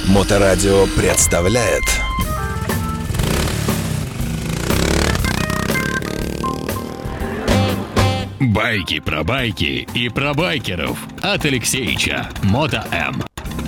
Моторадио представляет Байки про байки и про байкеров от Алексеича. Мото М.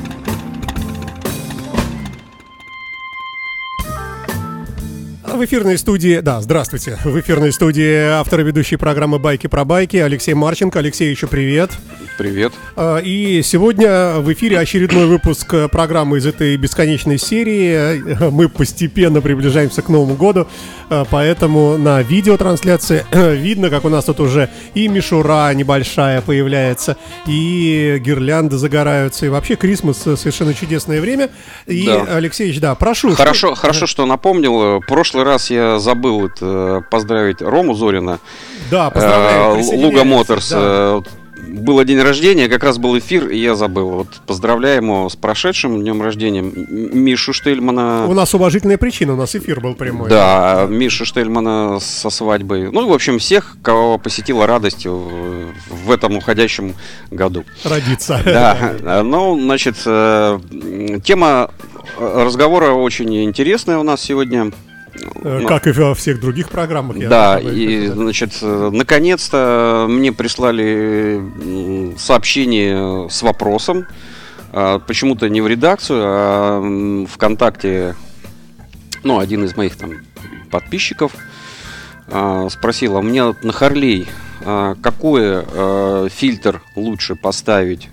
В эфирной студии, здравствуйте. В эфирной студии автор и ведущий программы «Байки про байки» Алексей Марченко. Алексей, еще привет. Привет. И сегодня в эфире очередной выпуск программы из этой бесконечной серии. Мы постепенно приближаемся к Новому году, поэтому на видеотрансляции видно, как у нас тут уже и мишура небольшая появляется, и гирлянды загораются, и вообще Крисмас совершенно чудесное время. И, да. Алексеевич, прошу. Хорошо, что напомнил. В прошлый раз я забыл поздравить Рому Зорина. Да, поздравляю. Луга Моторс. Да. Было день рождения, как раз был эфир, и я забыл. Вот поздравляем его с прошедшим днем рождения. Мишу Штельмана. У нас уважительная причина, у нас эфир был прямой. Да, Мишу Штельмана со свадьбой. Ну, в общем, всех, кого посетила радость в этом уходящем году. Родиться. Да, ну, значит, тема разговора очень интересная у нас сегодня. Как и во всех других программах. Да, и, значит, наконец-то мне прислали сообщение с вопросом. Почему-то не в редакцию, а ВКонтакте. Ну, один из моих там подписчиков спросил: а мне на Харлей какой фильтр лучше поставить?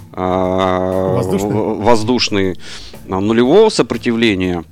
Воздушный нулевого сопротивления,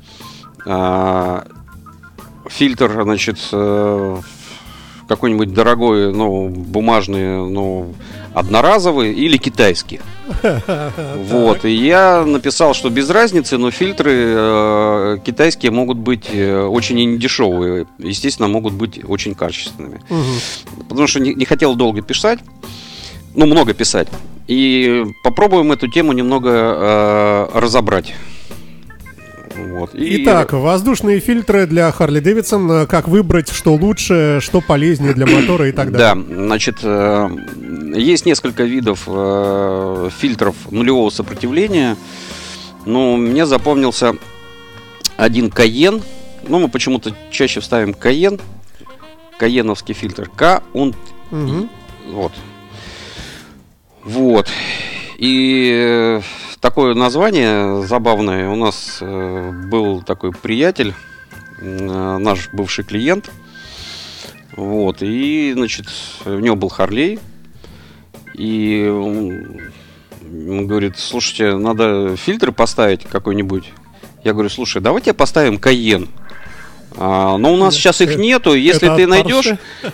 фильтр, значит, какой-нибудь дорогой, бумажный, одноразовый или китайский. Вот, и я написал, что без разницы, но фильтры китайские могут быть очень недешевые, естественно, могут быть очень качественными. Потому что не хотел долго писать, много писать. И попробуем эту тему немного разобрать. Вот. Итак, воздушные фильтры для Harley Davidson. Как выбрать, что лучше, что полезнее для мотора и так далее? Да, значит, есть несколько видов фильтров нулевого сопротивления. Мне запомнился один Cayenne. Мы почему-то чаще вставим Cayenne. Каеновский фильтр. Вот. И такое название забавное. У нас был такой приятель, наш бывший клиент. Вот. И, значит, у него был Харлей. И он говорит: слушайте, надо фильтр поставить какой-нибудь. Я говорю: слушай, давайте поставим Cayenne. Но у нас сейчас их нету. Если ты найдешь,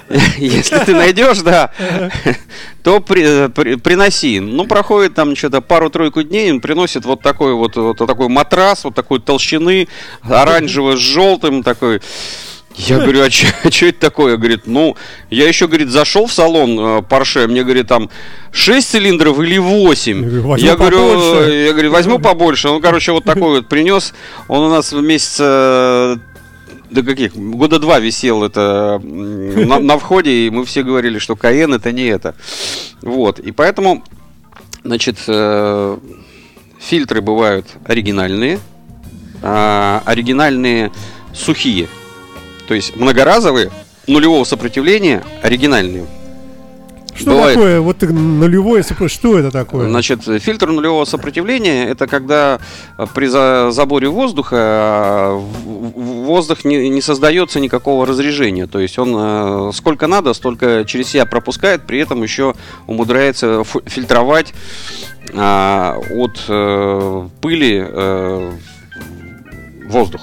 то приноси. Приходит там что-то пару-тройку дней, он приносит вот такой матрас, вот такой толщины, оранжевый с желтым такой. Я говорю: а что это такое? Говорит: я еще, зашел в салон Porsche, мне, говорит, там 6 цилиндров или 8. Я говорю, возьму побольше. Он, вот такой вот принес. Он у нас месяца... года 2 висел это на входе, и мы все говорили, что Cayenne это не это. Вот, и поэтому, значит, фильтры бывают оригинальные, оригинальные сухие, то есть многоразовые, нулевого сопротивления, оригинальные. Что бывает такое нулевое сопротивление? Что это такое? Значит, фильтр нулевого сопротивления — это когда при заборе воздуха воздух не создается никакого разрежения. То есть он сколько надо, столько через себя пропускает, при этом еще умудряется фильтровать от пыли воздух.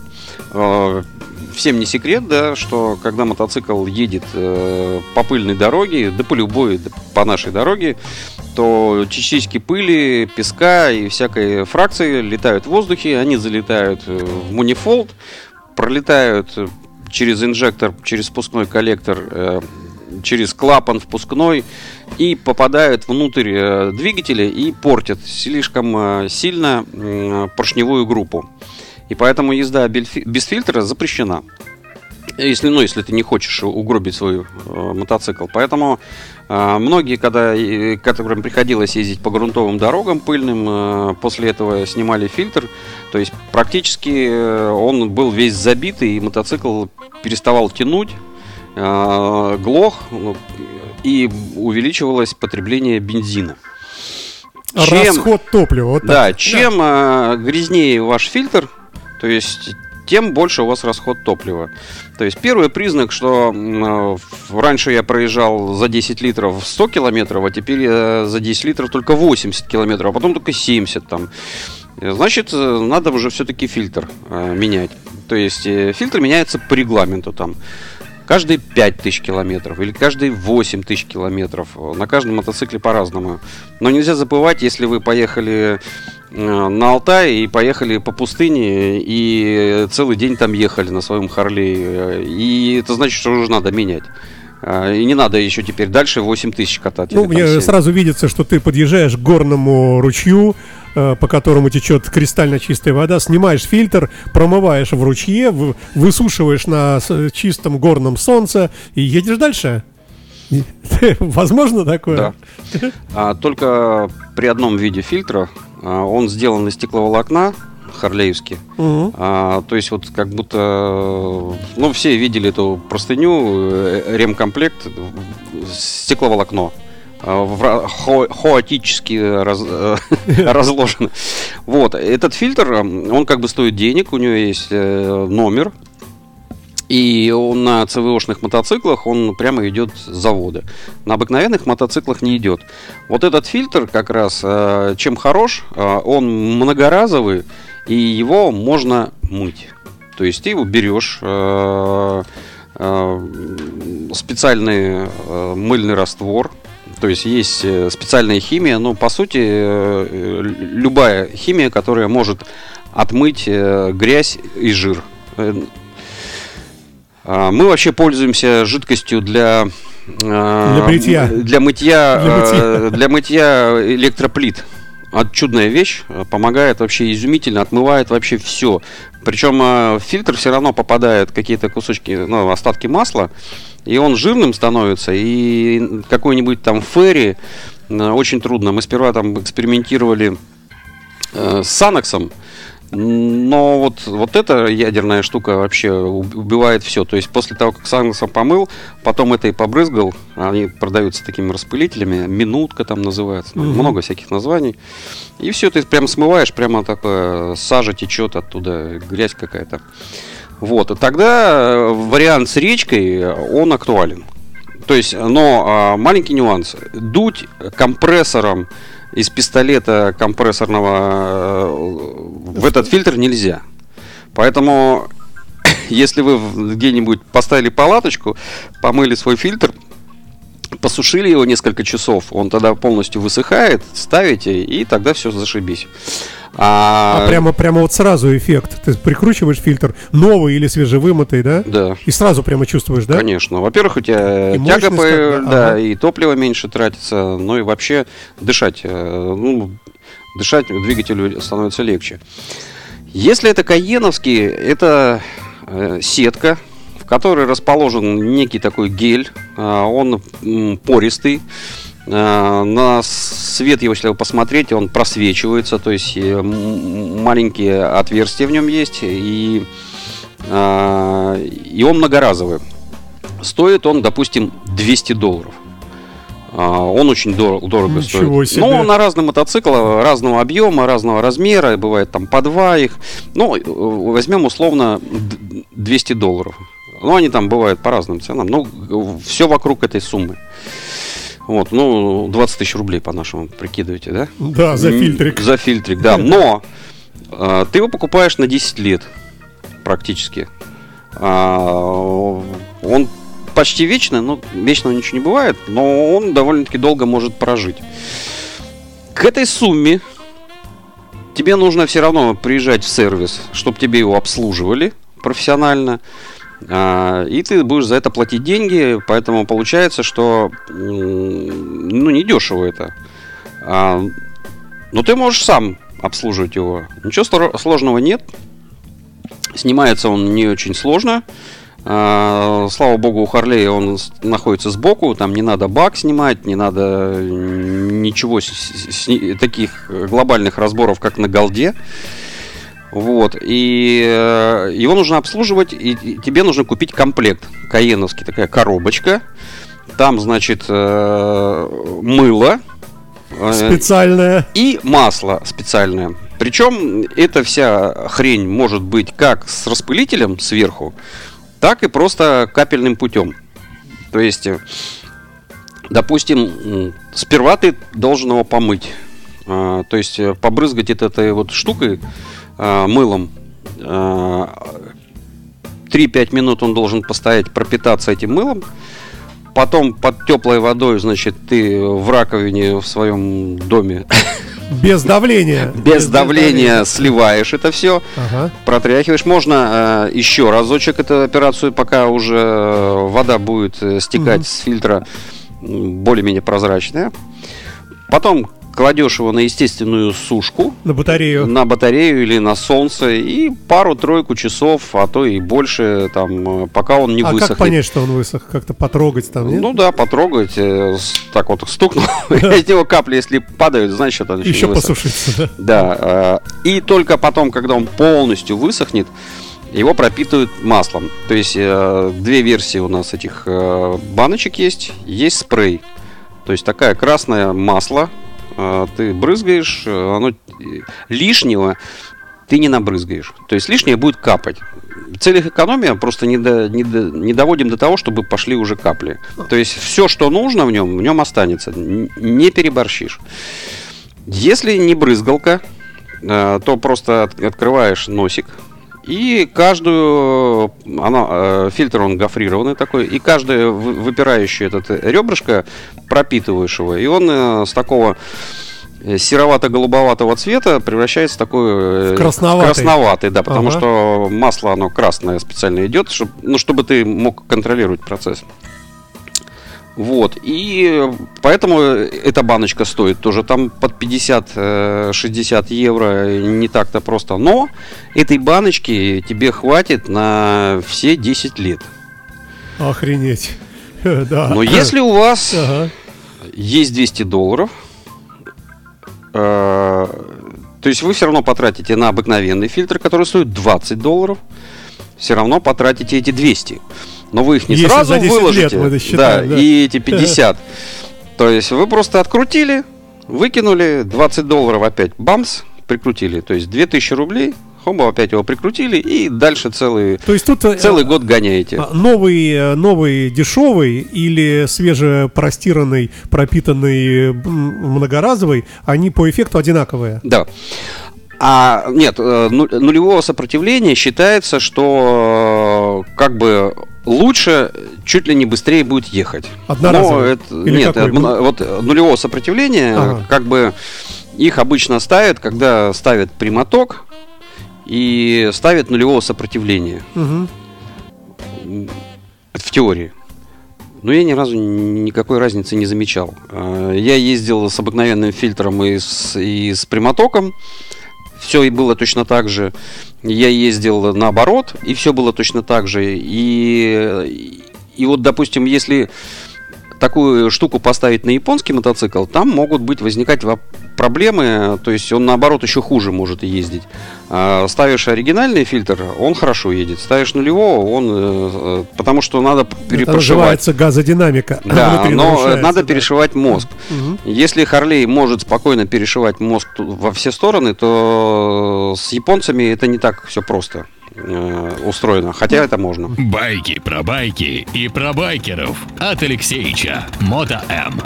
Всем не секрет, да, что когда мотоцикл едет по пыльной дороге, да по любой, да по нашей дороге, то частички пыли, песка и всякой фракции летают в воздухе, они залетают в манифолд, пролетают через инжектор, через спускной коллектор, через клапан впускной и попадают внутрь двигателя и портят слишком сильно поршневую группу. И поэтому езда без фильтра запрещена. Если ты не хочешь угробить свой мотоцикл. Поэтому многие, которым приходилось ездить по грунтовым дорогам пыльным, после этого снимали фильтр. То есть практически он был весь забитый, и мотоцикл переставал тянуть, глох, и увеличивалось потребление бензина. Расход топлива. Вот да, чем грязнее ваш фильтр, то есть тем больше у вас расход топлива. То есть первый признак, что раньше я проезжал за 10 литров 100 километров, а теперь за 10 литров только 80 километров, а потом только 70 там. Значит, надо уже все-таки фильтр менять. То есть фильтр меняется по регламенту там. Каждые 5000 километров или каждые 8000 километров. На каждом мотоцикле по-разному. Но нельзя забывать, если вы поехали на Алтай и поехали по пустыне и целый день там ехали на своем Харлее. И это значит, что уже надо менять. И не надо еще теперь дальше 8000 катать. Ну, мне сразу видится, что ты подъезжаешь к горному ручью, по которому течет кристально чистая вода, снимаешь фильтр, промываешь в ручье, высушиваешь на чистом горном солнце и едешь дальше. Возможно такое? Да. Только при одном виде фильтра. Он сделан из стекловолокна, харлеевский. То есть вот как будто... Ну, все видели эту простыню, ремкомплект, стекловолокно. Хаотически разложено. Вот, этот фильтр, он как бы стоит денег, у него есть номер. И он на ЦВОшных мотоциклах, он прямо идет с завода. На обыкновенных мотоциклах не идет. Вот этот фильтр как раз чем хорош, он многоразовый, и его можно мыть. То есть ты его берешь, специальный мыльный раствор. То есть есть специальная химия, но по сути любая химия, которая может отмыть грязь и жир. Мы вообще пользуемся жидкостью для бритья. Для мытья электроплит. Чудная вещь, помогает вообще изумительно, отмывает вообще все. Причем в фильтр все равно попадают какие-то кусочки, остатки масла, и он жирным становится, и какой-нибудь там ферри очень трудно. Мы сперва там экспериментировали с Саноксом, но вот эта ядерная штука вообще убивает все. То есть после того, как Саноксом помыл, потом это и побрызгал, они продаются такими распылителями, минутка там называется, много всяких названий. И все, ты прям смываешь, прямо такая сажа течет оттуда, грязь какая-то. Вот, и тогда вариант с речкой, он актуален. То есть, но маленький нюанс. Дуть компрессором из пистолета компрессорного в этот фильтр нельзя. Поэтому, если вы где-нибудь поставили палаточку, помыли свой фильтр, посушили его несколько часов, он тогда полностью высыхает, ставите, и тогда все зашибись. Прямо вот сразу эффект. Ты прикручиваешь фильтр, новый или свежевымытый, да? Да. И сразу прямо чувствуешь, да? Конечно. Во-первых, у тебя и тяга, ага. и топливо меньше тратится, ну и вообще дышать двигателю становится легче. Если это кайеновский, это сетка, в которой расположен некий такой гель, он пористый. На свет его, если посмотреть, он просвечивается, то есть маленькие отверстия в нем есть, и он многоразовый. Стоит он, допустим, $200. Он очень дорого стоит. Себе. Но на разные мотоциклы разного объема, разного размера, бывает там по два их. Ну, возьмем условно $200. Ну, они там бывают по разным ценам. Ну, все вокруг этой суммы. Вот, 20 тысяч рублей по-нашему прикидываете, да? Да, за фильтрик. За фильтрик, да. Но ты его покупаешь на 10 лет практически. Он почти вечный, но вечного ничего не бывает, но он довольно-таки долго может прожить. К этой сумме тебе нужно все равно приезжать в сервис, чтобы тебе его обслуживали профессионально. И ты будешь за это платить деньги, поэтому получается, что не дешево это. Но ты можешь сам обслуживать его. Ничего сложного нет. Снимается он не очень сложно. Слава богу, у Харлея он находится сбоку, там не надо бак снимать, не надо ничего таких глобальных разборов, как на голде. Вот, и его нужно обслуживать, и тебе нужно купить комплект каеновский, такая коробочка. Там, значит, мыло специальное и масло специальное. Причем эта вся хрень может быть как с распылителем сверху, так и просто капельным путем. То есть, допустим, сперва ты должен его помыть. То есть побрызгать этой вот штукой, мылом. 3-5 минут он должен постоять, пропитаться этим мылом. Потом под теплой водой, значит, ты в раковине в своем доме без давления. Без давления сливаешь это все, протряхиваешь. Можно еще разочек эту операцию, пока уже вода будет стекать с фильтра, более-менее прозрачная. Потом кладешь его на естественную сушку. На батарею. На батарею или на солнце. И пару-тройку часов, а то и больше, там, пока он не высохнет. А как понять, что он высох? Как-то потрогать там, нет? Ну да, потрогать. Так вот стукнул. Из него капли, если падают, значит, это еще посушится, да? Да. И только потом, когда он полностью высохнет, его пропитывают маслом. То есть две версии у нас этих баночек есть. Есть спрей. То есть такое красное масло. Ты брызгаешь, оно лишнего ты не набрызгаешь. То есть лишнее будет капать. В целях экономии просто не доводим до того, чтобы пошли уже капли. То есть все, что нужно в нем останется. Не переборщишь. Если не брызгалка, то просто открываешь носик. И каждую, фильтр он гофрированный такой, и каждое выпирающее ребрышко пропитываешь его, и он с такого серовато-голубоватого цвета превращается в такой красноватый, да, потому что масло, оно красное специально идет, чтобы ты мог контролировать процесс. Вот, и поэтому эта баночка стоит тоже там под 50-60 евро, не так-то просто. Но этой баночки тебе хватит на все 10 лет. Охренеть. Да. Но если у вас есть $200, то есть вы все равно потратите на обыкновенный фильтр, который стоит $20, все равно потратите эти 200. Но вы их не если сразу выложите, да, и эти 50. То есть вы просто открутили, выкинули, $20 опять, бамс, прикрутили. То есть 2000 рублей, хоба, опять его прикрутили, и дальше целый год гоняете. Новый дешевый или свежепростиранный, пропитанный многоразовый, они по эффекту одинаковые. Да. Нет, нулевого сопротивления считается, что как бы лучше, чуть ли не быстрее будет ехать. Одноразовый? Вот нулевого сопротивления, как бы их обычно ставят, когда ставят прямоток и ставят нулевого сопротивления. В теории. Но я ни разу никакой разницы не замечал. Я ездил с обыкновенным фильтром и с прямотоком. Все и было точно так же. Я ездил наоборот, и все было точно так же. И вот, допустим, если такую штуку поставить на японский мотоцикл, там могут возникать проблемы, то есть он наоборот еще хуже может ездить. Ставишь оригинальный фильтр, он хорошо едет. Ставишь нулевого, потому что надо перепрошивать. Это называется газодинамика. Да, но надо перешивать мозг. Если Харлей может спокойно перешивать мозг во все стороны, то с японцами это не так все просто устроено, хотя это можно. Байки про байки и про байкеров от Алексеича. Мото М.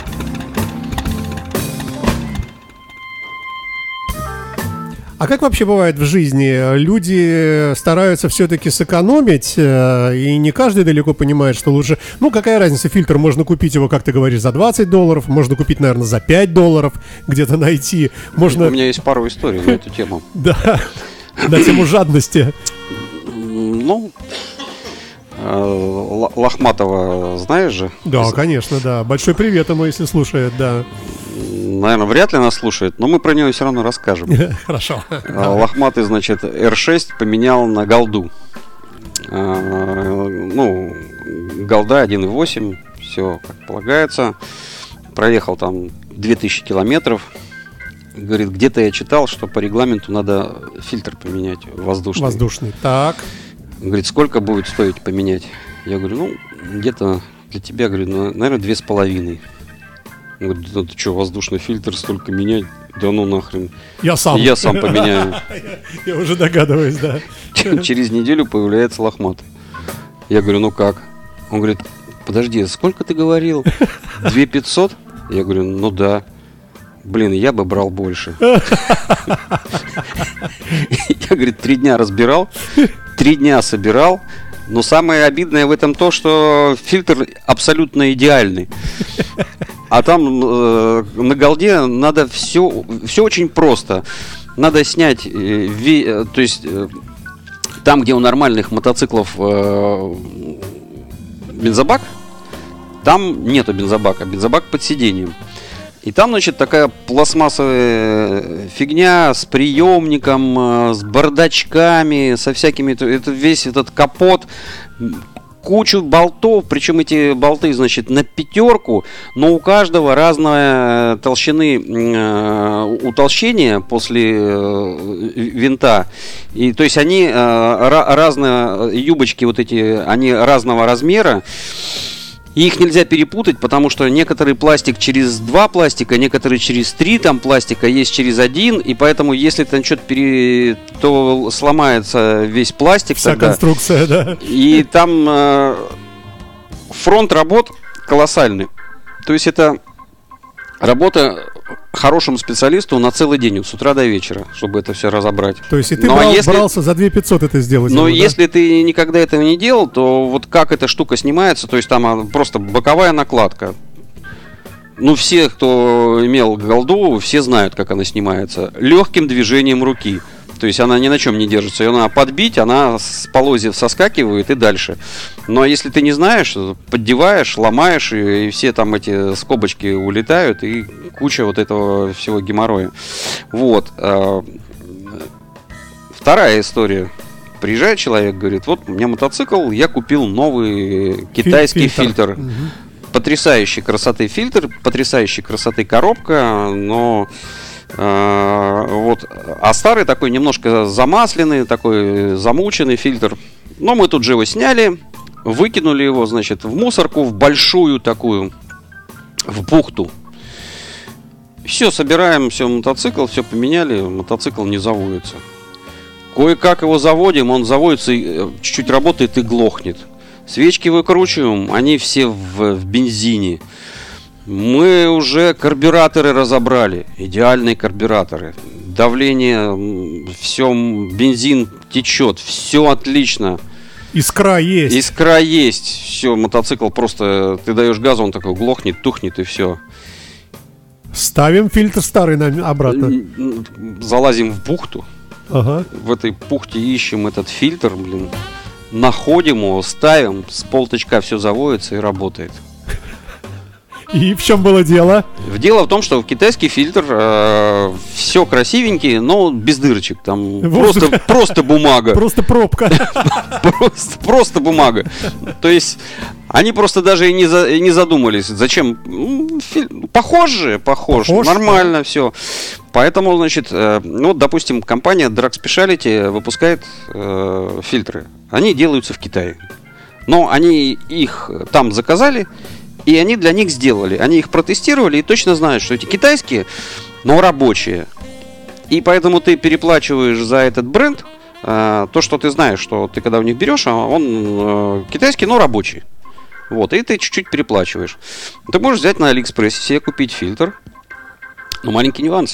А как вообще бывает в жизни? Люди стараются все-таки сэкономить, и не каждый далеко понимает, что лучше... Ну, какая разница, фильтр, можно купить его, как ты говоришь, за $20, можно купить, наверное, за $5, где-то найти. Можно... У меня есть пару историй на эту тему. Да, на тему жадности. Ну, Лохматова знаешь же? Да, конечно, да. Большой привет ему, если слушает, да. Наверное, вряд ли нас слушает, но мы про него все равно расскажем. Хорошо. Лохматый, значит, R6 поменял на голду. Ну, голда 1.8, все как полагается. Проехал там 2000 километров. Говорит, где-то я читал, что по регламенту надо фильтр поменять воздушный. Воздушный, так. Говорит, сколько будет стоить поменять? Я говорю, ну, где-то для тебя, говорю, наверное, 2,5. Он говорит, ну ты что, воздушный фильтр столько менять? Да ну нахрен. Я сам поменяю. Я уже догадываюсь, да. Через неделю появляется лохматый. Я говорю, ну как? Он говорит, подожди, сколько ты говорил? 2500? Я говорю, ну да. Блин, я бы брал больше. Я, говорит, 3 дня разбирал, 3 дня собирал. Но самое обидное в этом то, что фильтр абсолютно идеальный. А там на голде надо все очень просто. Надо снять, то есть там, где у нормальных мотоциклов бензобак, там нету бензобака, бензобак под сиденьем. И там, значит, такая пластмассовая фигня с приемником, с бардачками, со всякими... Это весь этот капот, кучу болтов, причем эти болты, значит, на 5, но у каждого разная толщины утолщения после винта. И, то есть они разные, юбочки вот эти, они разного размера. И их нельзя перепутать, потому что некоторый пластик через 2 пластика, некоторые через 3 там пластика, есть через 1, и поэтому если там что-то то сломается весь пластик. Вся тогда. Конструкция, да. И там фронт работ колоссальный. То есть это работа хорошему специалисту на целый день, с утра до вечера, чтобы это все разобрать. То есть и ты если брался за 2500 это сделать? Но да? если ты никогда этого не делал, то вот как эта штука снимается, то есть там просто боковая накладка. Ну, все, кто имел голду, все знают, как она снимается. Легким движением руки. То есть она ни на чем не держится. Ее надо подбить, она с полозьев соскакивает и дальше. Но если ты не знаешь, поддеваешь, ломаешь, и все там эти скобочки улетают, и куча вот этого всего геморроя. Вот. Вторая история. Приезжает человек, говорит, вот у меня мотоцикл, я купил новый китайский фильтр. Угу. Потрясающей красоты фильтр, потрясающей красоты коробка, но... вот. А старый такой немножко замасленный, такой замученный фильтр. Но мы тут же его сняли, выкинули его, значит, в мусорку, в большую такую, в бухту. Все, собираем, все, мотоцикл, все поменяли, мотоцикл не заводится. Кое-как его заводим, он заводится, чуть-чуть работает и глохнет. Свечки выкручиваем, они все в бензине. Мы уже карбюраторы разобрали, идеальные карбюраторы. Давление, все, бензин течет, все отлично. Искра есть. Искра есть, все, мотоцикл просто, ты даешь газу, он такой глохнет, тухнет и все. Ставим фильтр старый обратно. Залазим в бухту. Ага. В этой бухте ищем этот фильтр, находим его, ставим, с полточка все заводится и работает. И в чем было дело? Дело в том, что китайский фильтр все красивенький, но без дырочек. Там просто бумага. Просто пробка. Просто бумага. То есть они просто даже и не задумались, зачем. Похож, нормально все. Поэтому, значит, ну, допустим, компания Drag Specialty выпускает фильтры. Они делаются в Китае. Но они их там заказали. И они для них сделали. Они их протестировали и точно знают, что эти китайские, но рабочие. И поэтому ты переплачиваешь за этот бренд то, что ты знаешь, что ты когда у них берешь, он китайский, но рабочий. Вот, и ты чуть-чуть переплачиваешь. Ты можешь взять на Алиэкспрессе себе купить фильтр. Но маленький нюанс.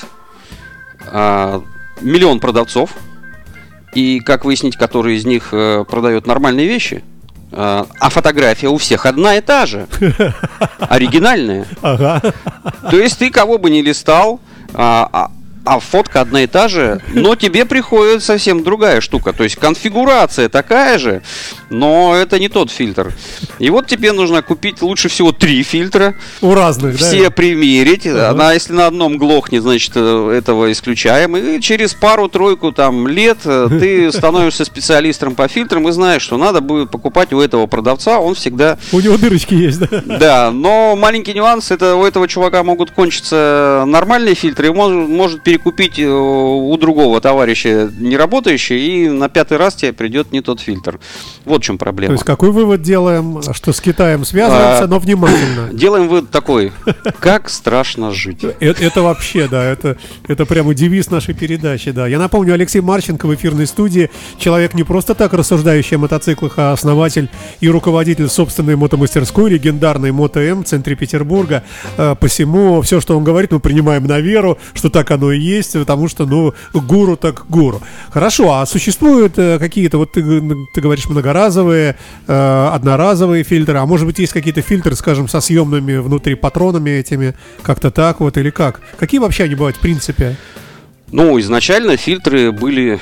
1 миллион продавцов. И как выяснить, который из них продает нормальные вещи? А фотография у всех одна и та же. Оригинальная. Ага. То есть ты кого бы ни листал, а фотка одна и та же, но тебе приходит совсем другая штука. То есть конфигурация такая же, но это не тот фильтр. И вот тебе нужно купить лучше всего 3 фильтра. У разных, все да? примерить. Если на одном глохнет, значит, этого исключаем. И через пару-тройку там лет ты становишься специалистом по фильтрам и знаешь, что надо будет покупать у этого продавца. Он всегда... У него дырочки есть, да? Да, но маленький нюанс, это у этого чувака могут кончиться нормальные фильтры, и может перекупить у другого товарища неработающий, и на 5-й раз тебе придет не тот фильтр. Вот в чем проблема. То есть какой вывод делаем? Что с Китаем связываемся, но внимательно. Делаем вывод такой: как страшно жить. Это вообще, да, это прямо девиз нашей передачи, да. Я напомню, Алексей Марченко в эфирной студии. Человек не просто так рассуждающий о мотоциклах, а основатель и руководитель собственной мотомастерской, легендарной Мото-М в центре Петербурга. Посему все, что он говорит, мы принимаем на веру, что так оно и есть, потому что, гуру так гуру. Хорошо, а существуют какие-то, вот ты говоришь, многоразовые, одноразовые фильтры, а может быть есть какие-то фильтры, скажем, со съемными внутри патронами этими, как-то так вот, или как? Какие вообще они бывают в принципе? Изначально фильтры были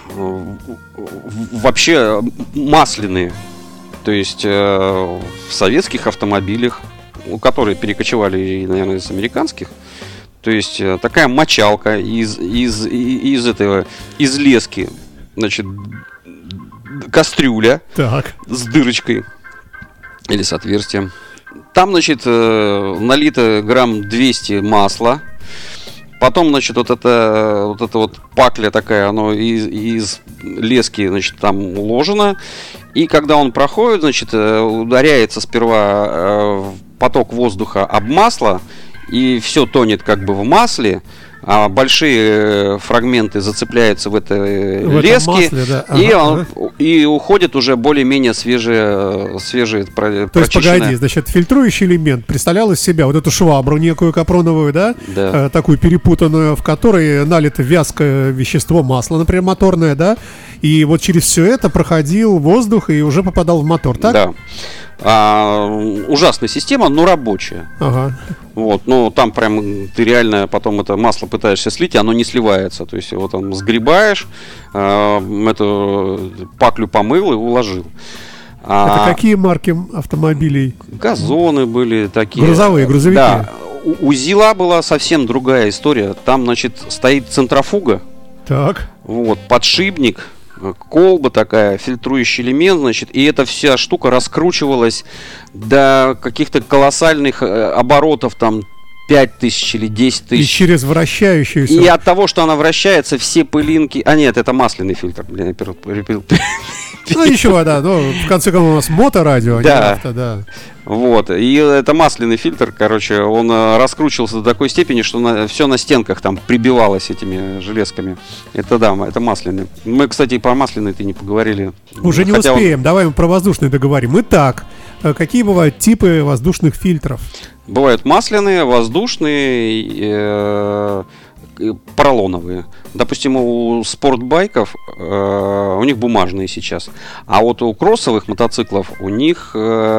вообще масляные. То есть в советских автомобилях, которые перекочевали, наверное, из американских, то есть такая мочалка из лески, значит, кастрюля с дырочкой или с отверстием. Там, значит, налито грамм 200 масла. Потом, значит, вот эта пакля такая, оно из лески, значит, там уложено. И когда он проходит, значит, ударяется сперва поток воздуха об масло, и все тонет как бы в масле, а большие фрагменты зацепляются в этой леске, масле, да. И уходит уже более-менее свежие То есть, погоди, значит, фильтрующий элемент представлял из себя вот эту швабру некую капроновую, да? Да. Такую перепутанную, в которой налито вязкое вещество, масло, например, моторное, да? И вот через все это проходил воздух и уже попадал в мотор, так? Да. Ужасная система, но рабочая. Ага. Вот, там прям ты реально потом это масло пытаешься слить, и оно не сливается. То есть его там сгребаешь, эту паклю помыл и уложил. Это какие марки автомобилей? Газоны были такие. Грузовые, грузовики. Да. У ЗИЛа была совсем другая история. Там, значит, стоит центрофуга. Так. Вот, подшипник, колба такая, фильтрующий элемент, значит, и эта вся штука раскручивалась до каких-то колоссальных оборотов, там 5000 или 10 тысяч. И через вращающуюся. И от того, что она вращается, все пылинки... нет, это масляный фильтр. Блин, я ничего, да, в конце концов у нас моторадио, а не авто, да. Вот, и это масляный фильтр, короче, он раскручивался до такой степени, что все на стенках там прибивалось этими железками. Это да, это масляный. Мы, кстати, и про масляный-то не поговорили. Уже не успеем, давай мы про воздушный договорим. Итак, какие бывают типы воздушных фильтров? Бывают масляные, воздушные, поролоновые. Допустим, у спортбайков у них бумажные сейчас. А вот у кроссовых мотоциклов у них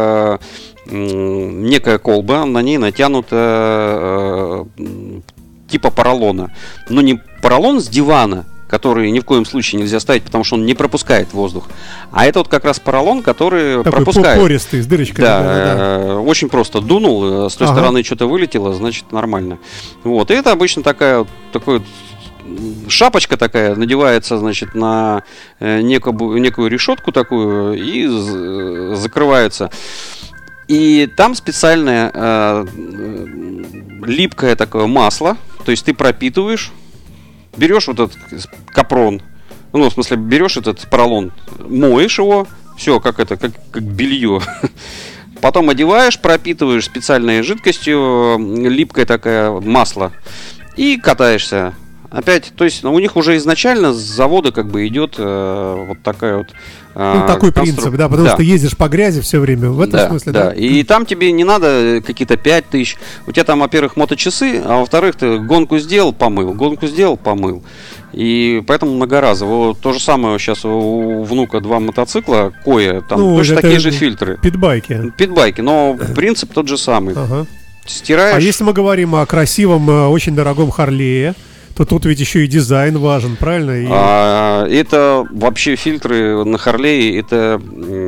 некая колба, на ней натянута типа поролона. Но не поролон с дивана, который ни в коем случае нельзя ставить, потому что он не пропускает воздух. А это вот как раз поролон, который такой пропускает. Пористый, с дырочкой. Да, очень просто. Дунул, с той стороны что-то вылетело, значит нормально. Вот, и это обычно такой шапочка такая надевается, значит, на некую решетку такую и закрывается. И там специальное липкое такое масло, то есть ты пропитываешь, берешь вот этот капрон, в смысле берешь этот поролон, моешь его, все как белье. Потом одеваешь, пропитываешь специальной жидкостью, липкое такое масло, и катаешься. Опять, то есть у них уже изначально с завода как бы идет вот такая вот такой принцип, да, потому что ездишь по грязи все время, в этом смысле, да? И там тебе не надо какие-то 5000, у тебя там, во-первых, моточасы, а во-вторых, ты гонку сделал, помыл. И поэтому многоразово. Вот то же самое сейчас у внука 2 мотоцикла, Коя, там точно такие же фильтры. Питбайки, но принцип тот же самый. Ага. Стираешь. А если мы говорим о красивом, очень дорогом Харлее, то тут ведь еще и дизайн важен, правильно? Это вообще фильтры на Харлее, это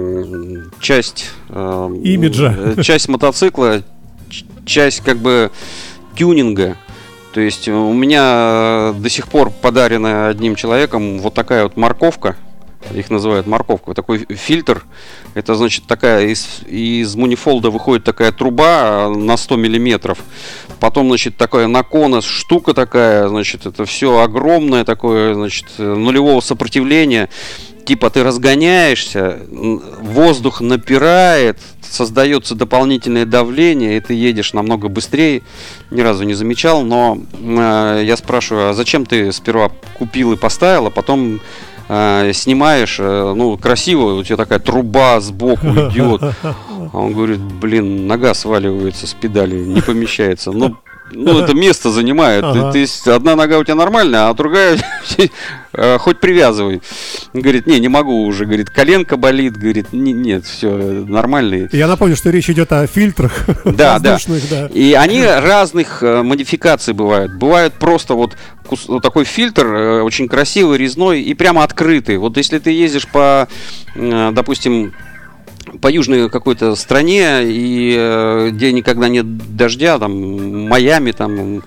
часть имиджа, часть мотоцикла, часть как бы тюнинга. То есть у меня до сих пор подарена одним человеком вот такая вот морковка. Их называют морковка. Такой фильтр. Это значит такая из манифолда выходит такая труба на 100 миллиметров. Потом, значит, такая наконос, штука такая. Значит, это все огромное такое, значит, нулевого сопротивления. Типа ты разгоняешься, воздух напирает, создается дополнительное давление, и ты едешь намного быстрее. Ни разу не замечал, но я спрашиваю, а зачем ты сперва купил и поставил, а потом снимаешь, ну, красиво, у тебя такая труба сбоку идет. А он говорит, блин, нога сваливается с педали, не помещается. Ну, это место занимает. Одна нога у тебя нормальная, а другая хоть привязывай. Говорит, не могу уже. Говорит, коленка болит. Говорит, нет, все нормально. Я напомню, что речь идет о фильтрах воздушных. Да. И они разных модификаций бывают. Бывает просто вот такой фильтр очень красивый, резной и прямо открытый. Вот если ты ездишь по, допустим, по южной какой-то стране, и где никогда нет дождя, там, Майами, там,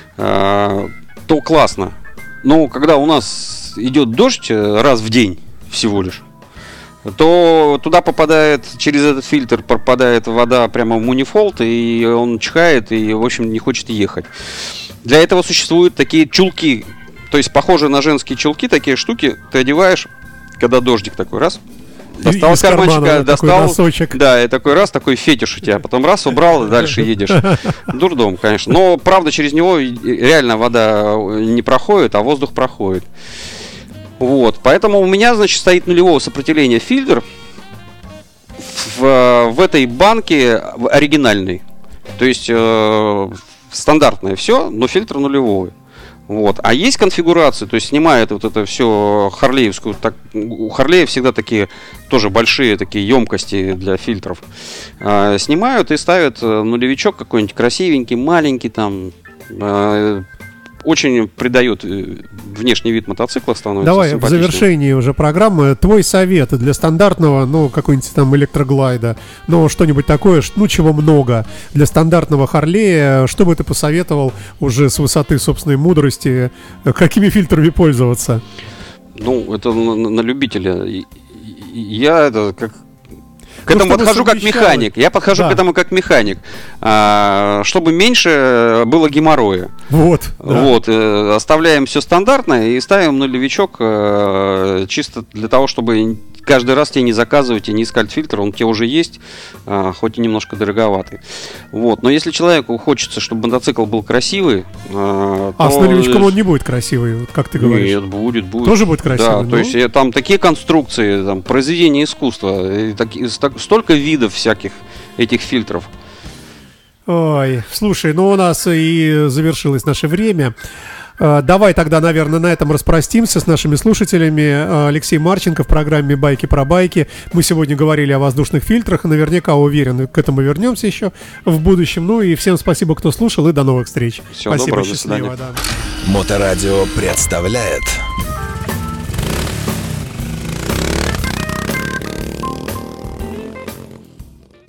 то классно. Но когда у нас идет дождь раз в день всего лишь, то туда попадает, через этот фильтр попадает вода прямо в манифолд, и он чихает, и, в общем, не хочет ехать. Для этого существуют такие чулки, то есть похожие на женские чулки, такие штуки ты одеваешь, когда дождик такой раз, достал из карманчика, достал носочек. Да, и такой раз, такой фетиш у тебя. Потом раз, убрал, и дальше едешь. Дурдом, конечно. Но, правда, через него реально вода не проходит, а воздух проходит. Вот. Поэтому у меня, значит, стоит нулевого сопротивления фильтр в этой банке оригинальный. То есть стандартное все, но фильтр нулевой. Вот. А есть конфигурации, то есть снимает вот это все харлеевскую. У Харлея всегда такие тоже большие такие емкости для фильтров. Снимают и ставят нулевичок какой-нибудь красивенький, маленький там. Очень придает внешний вид мотоцикла, становится Давай в завершении уже программы твой совет для стандартного, ну, какой-нибудь там электроглайда, ну, что-нибудь такое, ну, чего много для стандартного Харлея, что бы ты посоветовал уже с высоты собственной мудрости, какими фильтрами пользоваться? Ну, это на любителя. Я это как... К этому подхожу как механик. Я подхожу к этому как механик. Чтобы меньше было геморроя. Вот. Оставляем все стандартное и ставим нулевичок чисто для того, чтобы каждый раз тебе не заказывать и не искать фильтр. Он тебе уже есть, хоть и немножко дороговатый. Вот. Но если человеку хочется, чтобы мотоцикл был красивый, то... А с нулевичком он не будет красивый, как ты говоришь? Нет, будет. Тоже будет красивый? Да, то есть там такие конструкции, там, произведения искусства, столько видов всяких этих фильтров. Ой, слушай, ну у нас и завершилось наше время. Давай тогда, наверное, на этом распростимся с нашими слушателями. Алексей Марченко в программе «Байки про байки». Мы сегодня говорили о воздушных фильтрах. Наверняка, уверен, к этому вернемся еще в будущем. Ну и всем спасибо, кто слушал, и до новых встреч. Всего спасибо, доброго, счастливо. Моторадио представляет